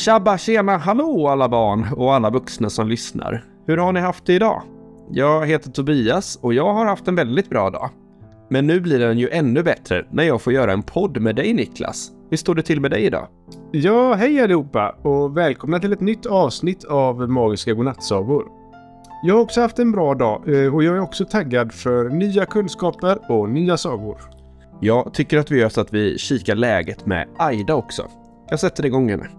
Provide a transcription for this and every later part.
Tjabba, tjena, hallå alla barn och alla vuxna som lyssnar. Hur har ni haft det idag? Jag heter Tobias och jag har haft en väldigt bra dag. Men nu blir den ju ännu bättre när jag får göra en podd med dig, Niklas. Hur står det till med dig idag? Ja, hej allihopa och välkomna till ett nytt avsnitt av Magiska godnattsagor. Jag har också haft en bra dag och jag är också taggad för nya kunskaper och nya sagor. Jag tycker att vi gör så att vi kikar läget med Aida också. Jag sätter igång henne.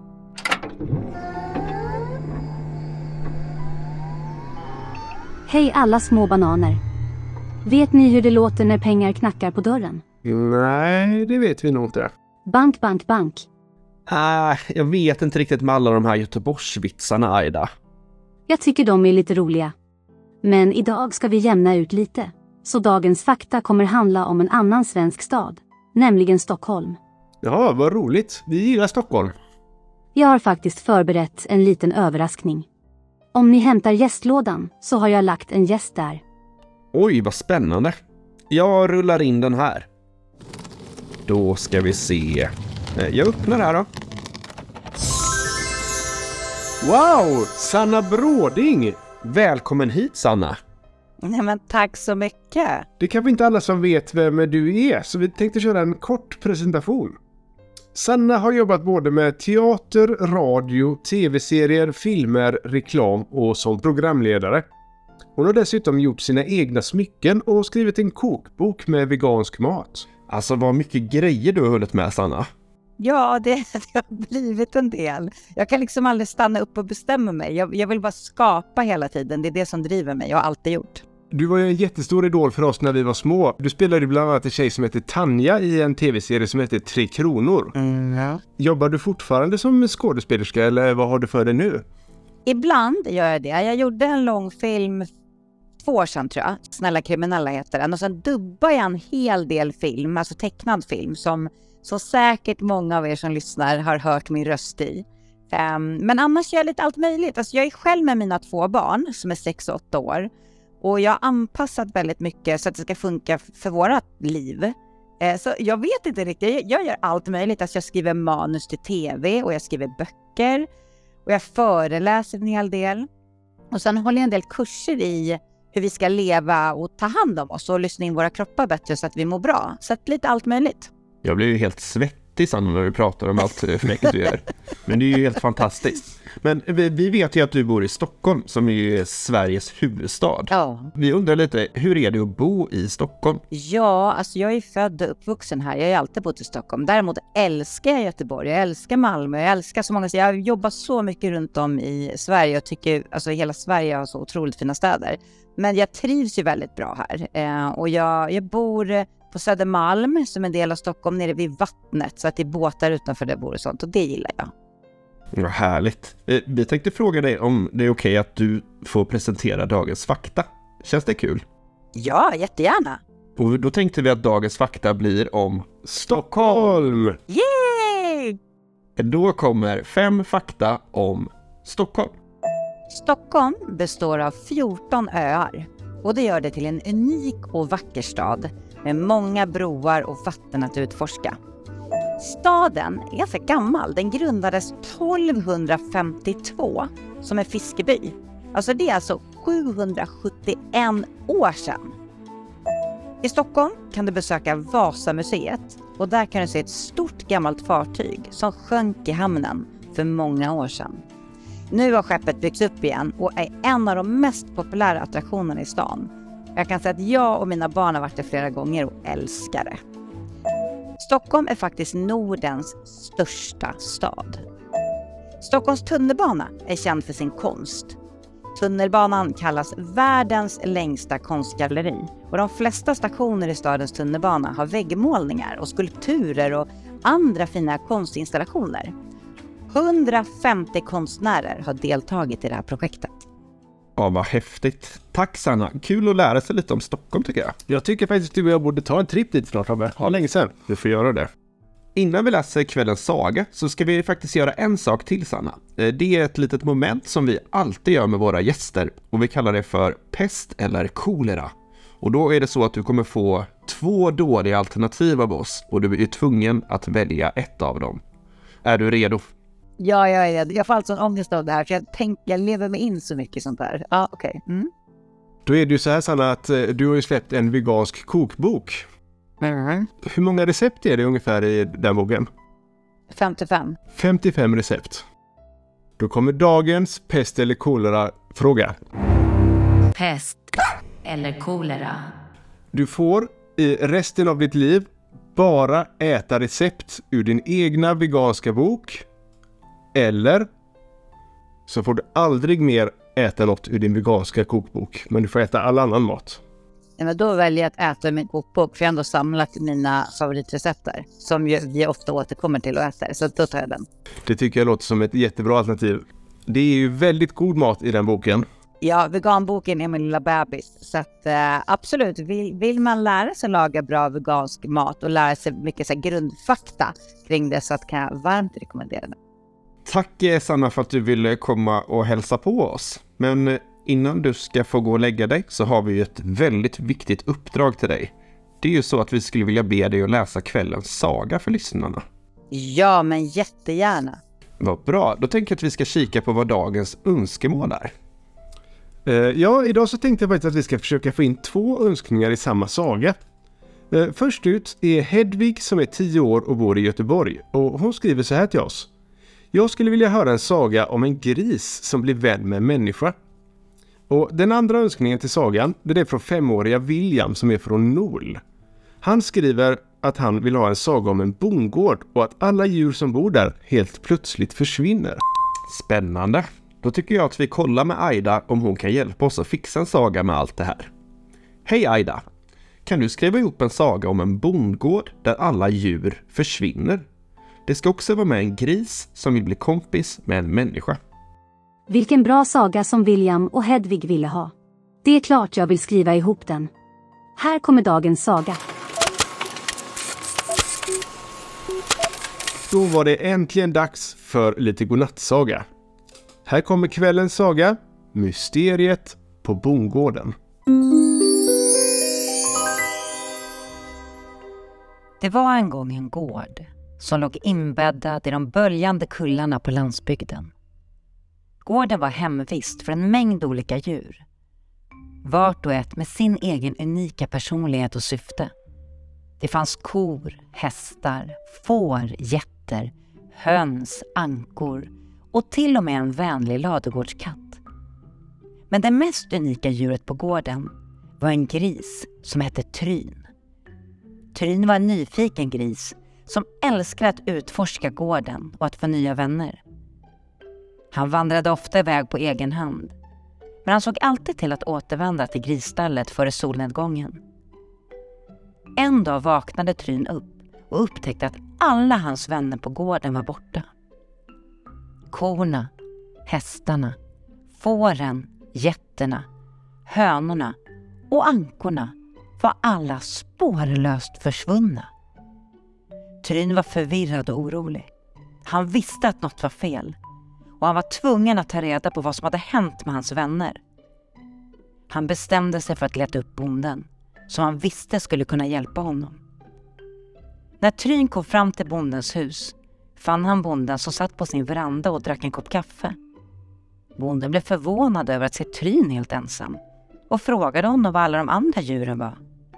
Hej alla små bananer. Vet ni hur det låter när pengar knackar på dörren? Nej, det vet vi nog inte. Bank, bank, bank. Jag vet inte riktigt med alla de här Göteborgsvitsarna, Aida. Jag tycker de är lite roliga. Men idag ska vi jämna ut lite. Så dagens fakta kommer handla om en annan svensk stad, nämligen Stockholm. Ja, vad roligt. Vi gillar Stockholm. Jag har faktiskt förberett en liten överraskning. Om ni hämtar gästlådan så har jag lagt en gäst där. Oj, vad spännande. Jag rullar in den här. Då ska vi se. Jag öppnar här då. Wow, Sanna Bråding! Välkommen hit, Sanna. Nej, men tack så mycket. Det kanske inte alla som vet vem du är, så vi tänkte köra en kort presentation. Sanna har jobbat både med teater, radio, tv-serier, filmer, reklam och som programledare. Hon har dessutom gjort sina egna smycken och skrivit en kokbok med vegansk mat. Alltså, vad mycket grejer du har hunnit med, Sanna. Ja, det har blivit en del. Jag kan liksom aldrig stanna upp och bestämma mig. Jag vill bara skapa hela tiden. Det är det som driver mig. Jag har alltid gjort. Du var ju en jättestor idol för oss när vi var små. Du spelade bland annat en tjej som heter Tanja i en tv-serie som heter 3 kronor. Ja. Jobbar du fortfarande som skådespelerska eller vad har du för dig nu? Ibland gör jag det. Jag gjorde en lång film 2 år sedan, tror jag. Snälla kriminella heter den. Och sen dubbade jag en hel del film, alltså tecknad film, som säkert många av er som lyssnar har hört min röst i. Men annars gör jag lite allt möjligt. Alltså jag är själv med mina 2 barn som är 6 och 8 år. Och jag har anpassat väldigt mycket så att det ska funka för våra liv. Så jag vet inte riktigt. Jag gör allt möjligt. Alltså jag skriver manus till tv och jag skriver böcker. Och jag föreläser en hel del. Och sen håller jag en del kurser i hur vi ska leva och ta hand om oss och lyssna in våra kroppar bättre så att vi mår bra. Så att lite allt möjligt. Jag blir ju helt svettig, Sanna, när du pratar om allt fräckt du gör. Men det är ju helt fantastiskt. Men vi vet ju att du bor i Stockholm, som är ju Sveriges huvudstad. Ja. Vi undrar lite, hur är det att bo i Stockholm? Ja, alltså jag är född och uppvuxen här. Jag har ju alltid bott i Stockholm. Däremot älskar jag Göteborg, jag älskar Malmö, jag älskar så många. Jag jobbar så mycket runt om i Sverige och tycker, alltså hela Sverige har så otroligt fina städer. Men jag trivs ju väldigt bra här. Och jag bor på Södermalm som en del av Stockholm, nere vid vattnet. Så att det är båtar utanför där jag bor och sånt. Och det gillar jag. Ja, härligt. Vi tänkte fråga dig om det är okej att du får presentera dagens fakta. Känns det kul? Ja, jättegärna. Och då tänkte vi att dagens fakta blir om Stockholm. Yay! Då kommer 5 fakta om Stockholm. Stockholm består av 14 öar. Och det gör det till en unik och vacker stad med många broar och vatten att utforska. Staden är för gammal. Den grundades 1252 som en fiskeby. Alltså det är alltså 771 år sedan. I Stockholm kan du besöka Vasamuseet och där kan du se ett stort gammalt fartyg som sjönk i hamnen för många år sedan. Nu har skeppet byggts upp igen och är en av de mest populära attraktionerna i stan. Jag kan säga att jag och mina barn har varit där flera gånger och älskar det. Stockholm är faktiskt Nordens största stad. Stockholms tunnelbana är känd för sin konst. Tunnelbanan kallas världens längsta konstgalleri och de flesta stationer i stadens tunnelbana har väggmålningar och skulpturer och andra fina konstinstallationer. 150 konstnärer har deltagit i det här projektet. Ja, vad häftigt. Tack, Sanna. Kul att lära sig lite om Stockholm, tycker jag. Jag tycker faktiskt att jag borde ta en trip dit snart. Ja, länge sedan. Du får göra det. Innan vi läser kvällens saga så ska vi faktiskt göra en sak till, Sanna. Det är ett litet moment som vi alltid gör med våra gäster och vi kallar det för pest eller kolera. Och då är det så att du kommer få 2 dåliga alternativ av oss och du är tvungen att välja ett av dem. Är du redo? Ja, jag får alltså en ångest av det här. För jag lever mig in så mycket sånt där. Ja, okej. Mm. Då är det ju så här, Sanna, att du har ju släppt en vegansk kokbok. Mm. Hur många recept är det ungefär i den boken? 55. 55 recept. Då kommer dagens pest eller kolera-fråga. Pest eller kolera. Du får i resten av ditt liv bara äta recept ur din egna veganska bok. Eller så får du aldrig mer äta något ur din veganska kokbok. Men du får äta all annan mat. Ja, men då väljer jag att äta min kokbok. För jag har ändå samlat mina favoritrecept där. Som vi ofta återkommer till och äter. Så då tar jag den. Det tycker jag låter som ett jättebra alternativ. Det är ju väldigt god mat i den boken. Ja, veganboken är min lilla bebis. Så att, absolut, vill man lära sig laga bra vegansk mat och lära sig mycket så här, grundfakta kring det, så att kan jag varmt rekommendera det. Tack Sanna för att du ville komma och hälsa på oss. Men innan du ska få gå och lägga dig så har vi ju ett väldigt viktigt uppdrag till dig. Det är ju så att vi skulle vilja be dig att läsa kvällens saga för lyssnarna. Ja, men jättegärna. Vad bra, då tänker jag att vi ska kika på vad dagens önskemål är. Ja, idag så tänkte jag faktiskt att vi ska försöka få in 2 önskningar i samma saga. Först ut är Hedvig som är 10 år och bor i Göteborg. Och hon skriver så här till oss. Jag skulle vilja höra en saga om en gris som blir vän med en människa. Och den andra önskningen till sagan, det är från 5-åriga William som är från Nol. Han skriver att han vill ha en saga om en bondgård och att alla djur som bor där helt plötsligt försvinner. Spännande. Då tycker jag att vi kollar med Aida om hon kan hjälpa oss att fixa en saga med allt det här. Hej Aida! Kan du skriva ihop en saga om en bondgård där alla djur försvinner? Det ska också vara med en gris som vill bli kompis med en människa. Vilken bra saga som William och Hedvig ville ha. Det är klart jag vill skriva ihop den. Här kommer dagens saga. Då var det äntligen dags för lite godnattsaga. Här kommer kvällens saga, Mysteriet på bondgården. Det var en gång en gård som låg inbäddad i de böljande kullarna på landsbygden. Gården var hemvist för en mängd olika djur. Vart och ett med sin egen unika personlighet och syfte. Det fanns kor, hästar, får, getter, höns, ankor och till och med en vänlig ladugårdskatt. Men det mest unika djuret på gården var en gris som hette Tryn. Tryn var en nyfiken gris som älskade att utforska gården och att få nya vänner. Han vandrade ofta iväg på egen hand, men han såg alltid till att återvända till grisstallet före solnedgången. En dag vaknade Tryn upp och upptäckte att alla hans vänner på gården var borta. Korna, hästarna, fåren, getterna, hönorna och ankorna var alla spårlöst försvunna. Tryn var förvirrad och orolig. Han visste att något var fel och han var tvungen att ta reda på vad som hade hänt med hans vänner. Han bestämde sig för att leta upp bonden som han visste skulle kunna hjälpa honom. När Tryn kom fram till bondens hus fann han bonden som satt på sin veranda och drack en kopp kaffe. Bonden blev förvånad över att se Tryn helt ensam och frågade honom vad alla de andra djuren var.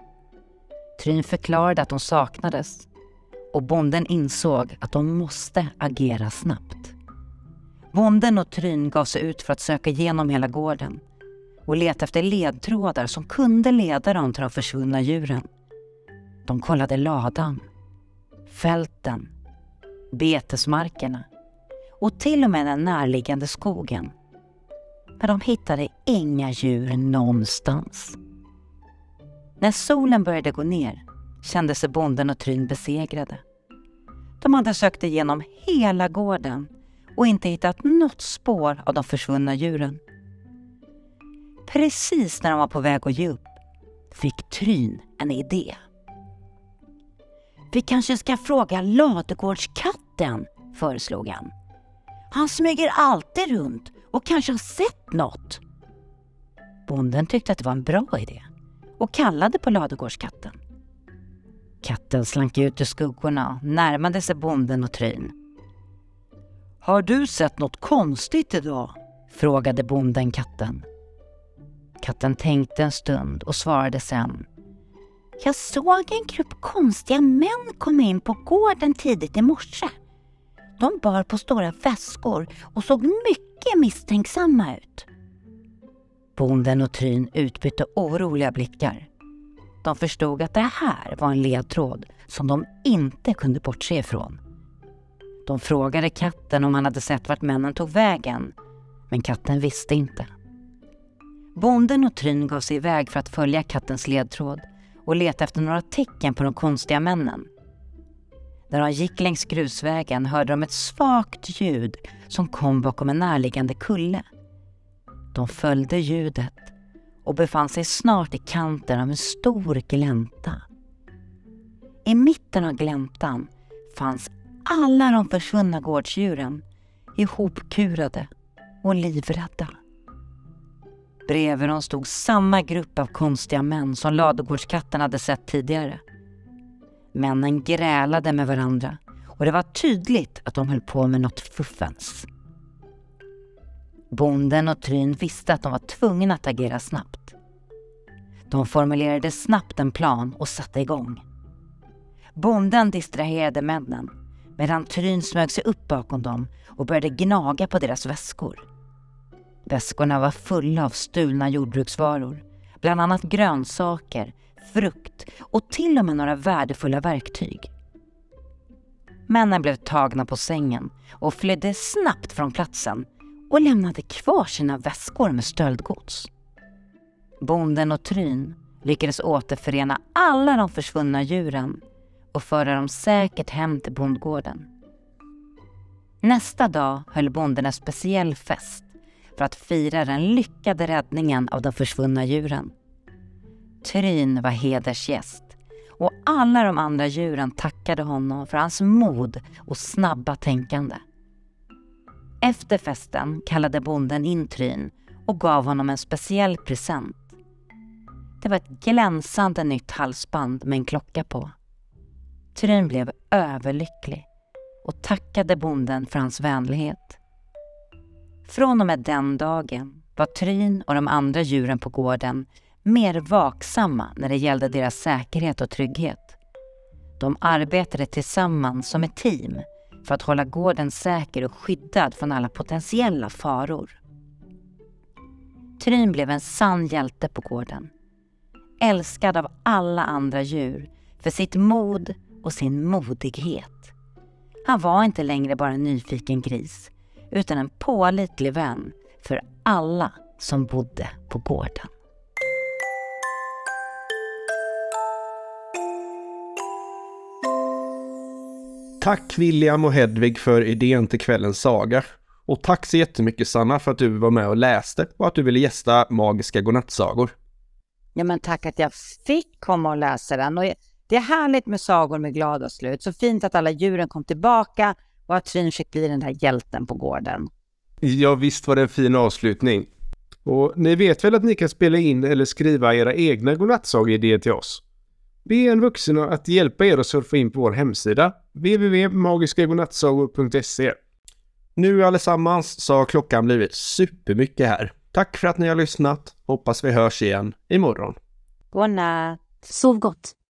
Tryn förklarade att de saknades och bonden insåg att de måste agera snabbt. Bonden och Tryn gav sig ut för att söka igenom hela gården och leta efter ledtrådar som kunde leda dem till de försvunna djuren. De kollade ladan, fälten, betesmarkerna och till och med den närliggande skogen. Men de hittade inga djur någonstans. När solen började gå ner kände sig bonden och Tryn besegrade. De hade sökt igenom hela gården och inte hittat något spår av de försvunna djuren. Precis när de var på väg att ge upp fick Tryn en idé. Vi kanske ska fråga ladugårdskatten, föreslog han. Han smyger alltid runt och kanske har sett något. Bonden tyckte att det var en bra idé och kallade på ladugårdskatten. Katten slank ut ur skuggorna och närmade sig bonden och Tryn. Har du sett något konstigt idag? Frågade bonden katten. Katten tänkte en stund och svarade sen. Jag såg en grupp konstiga män komma in på gården tidigt i morse. De bar på stora väskor och såg mycket misstänksamma ut. Bonden och Tryn utbytte oroliga blickar. De förstod att det här var en ledtråd som de inte kunde bortse ifrån. De frågade katten om han hade sett vart männen tog vägen, men katten visste inte. Bonden och Tryn gav sig iväg för att följa kattens ledtråd och leta efter några tecken på de konstiga männen. När de gick längs grusvägen hörde de ett svagt ljud som kom bakom en närliggande kulle. De följde ljudet och befann sig snart i kanten av en stor glänta. I mitten av gläntan fanns alla de försvunna gårdsdjuren, ihopkurade och livrädda. Bredvid dem stod samma grupp av konstiga män som ladugårdskatten hade sett tidigare. Männen grälade med varandra och det var tydligt att de höll på med något fuffens. Bonden och Tryn visste att de var tvungna att agera snabbt. De formulerade snabbt en plan och satte igång. Bonden distraherade männen medan Tryn smög sig upp bakom dem och började gnaga på deras väskor. Väskorna var fulla av stulna jordbruksvaror, bland annat grönsaker, frukt och till och med några värdefulla verktyg. Männen blev tagna på sängen och flydde snabbt från platsen och lämnade kvar sina väskor med stöldgods. Bonden och Tryn lyckades återförena alla de försvunna djuren och föra dem säkert hem till bondgården. Nästa dag höll bonden en speciell fest för att fira den lyckade räddningen av de försvunna djuren. Tryn var hedersgäst och alla de andra djuren tackade honom för hans mod och snabba tänkande. Efter festen kallade bonden in Tryn och gav honom en speciell present. Det var ett glänsande nytt halsband med en klocka på. Tryn blev överlycklig och tackade bonden för hans vänlighet. Från och med den dagen var Tryn och de andra djuren på gården mer vaksamma när det gällde deras säkerhet och trygghet. De arbetade tillsammans som ett team för att hålla gården säker och skyddad från alla potentiella faror. Tryn blev en sann hjälte på gården, älskad av alla andra djur för sitt mod och sin modighet. Han var inte längre bara en nyfiken gris, utan en pålitlig vän för alla som bodde på gården. Tack William och Hedvig för idén till kvällens saga. Och tack så jättemycket Sanna för att du var med och läste och att du ville gästa Magiska godnattsagor. Ja, men tack att jag fick komma och läsa den. Och det är härligt med sagor med glada slut. Så fint att alla djuren kom tillbaka och att Tryn fick bli den där hjälten på gården. Ja, visst var det en fin avslutning. Och ni vet väl att ni kan spela in eller skriva era egna godnattsageidéer till oss? Be en vuxen att hjälpa er att surfa in på vår hemsida www.magiskagodnattsagor.se. Nu allesammans så har klockan blivit supermycket här. Tack för att ni har lyssnat. Hoppas vi hörs igen imorgon. God natt. Sov gott.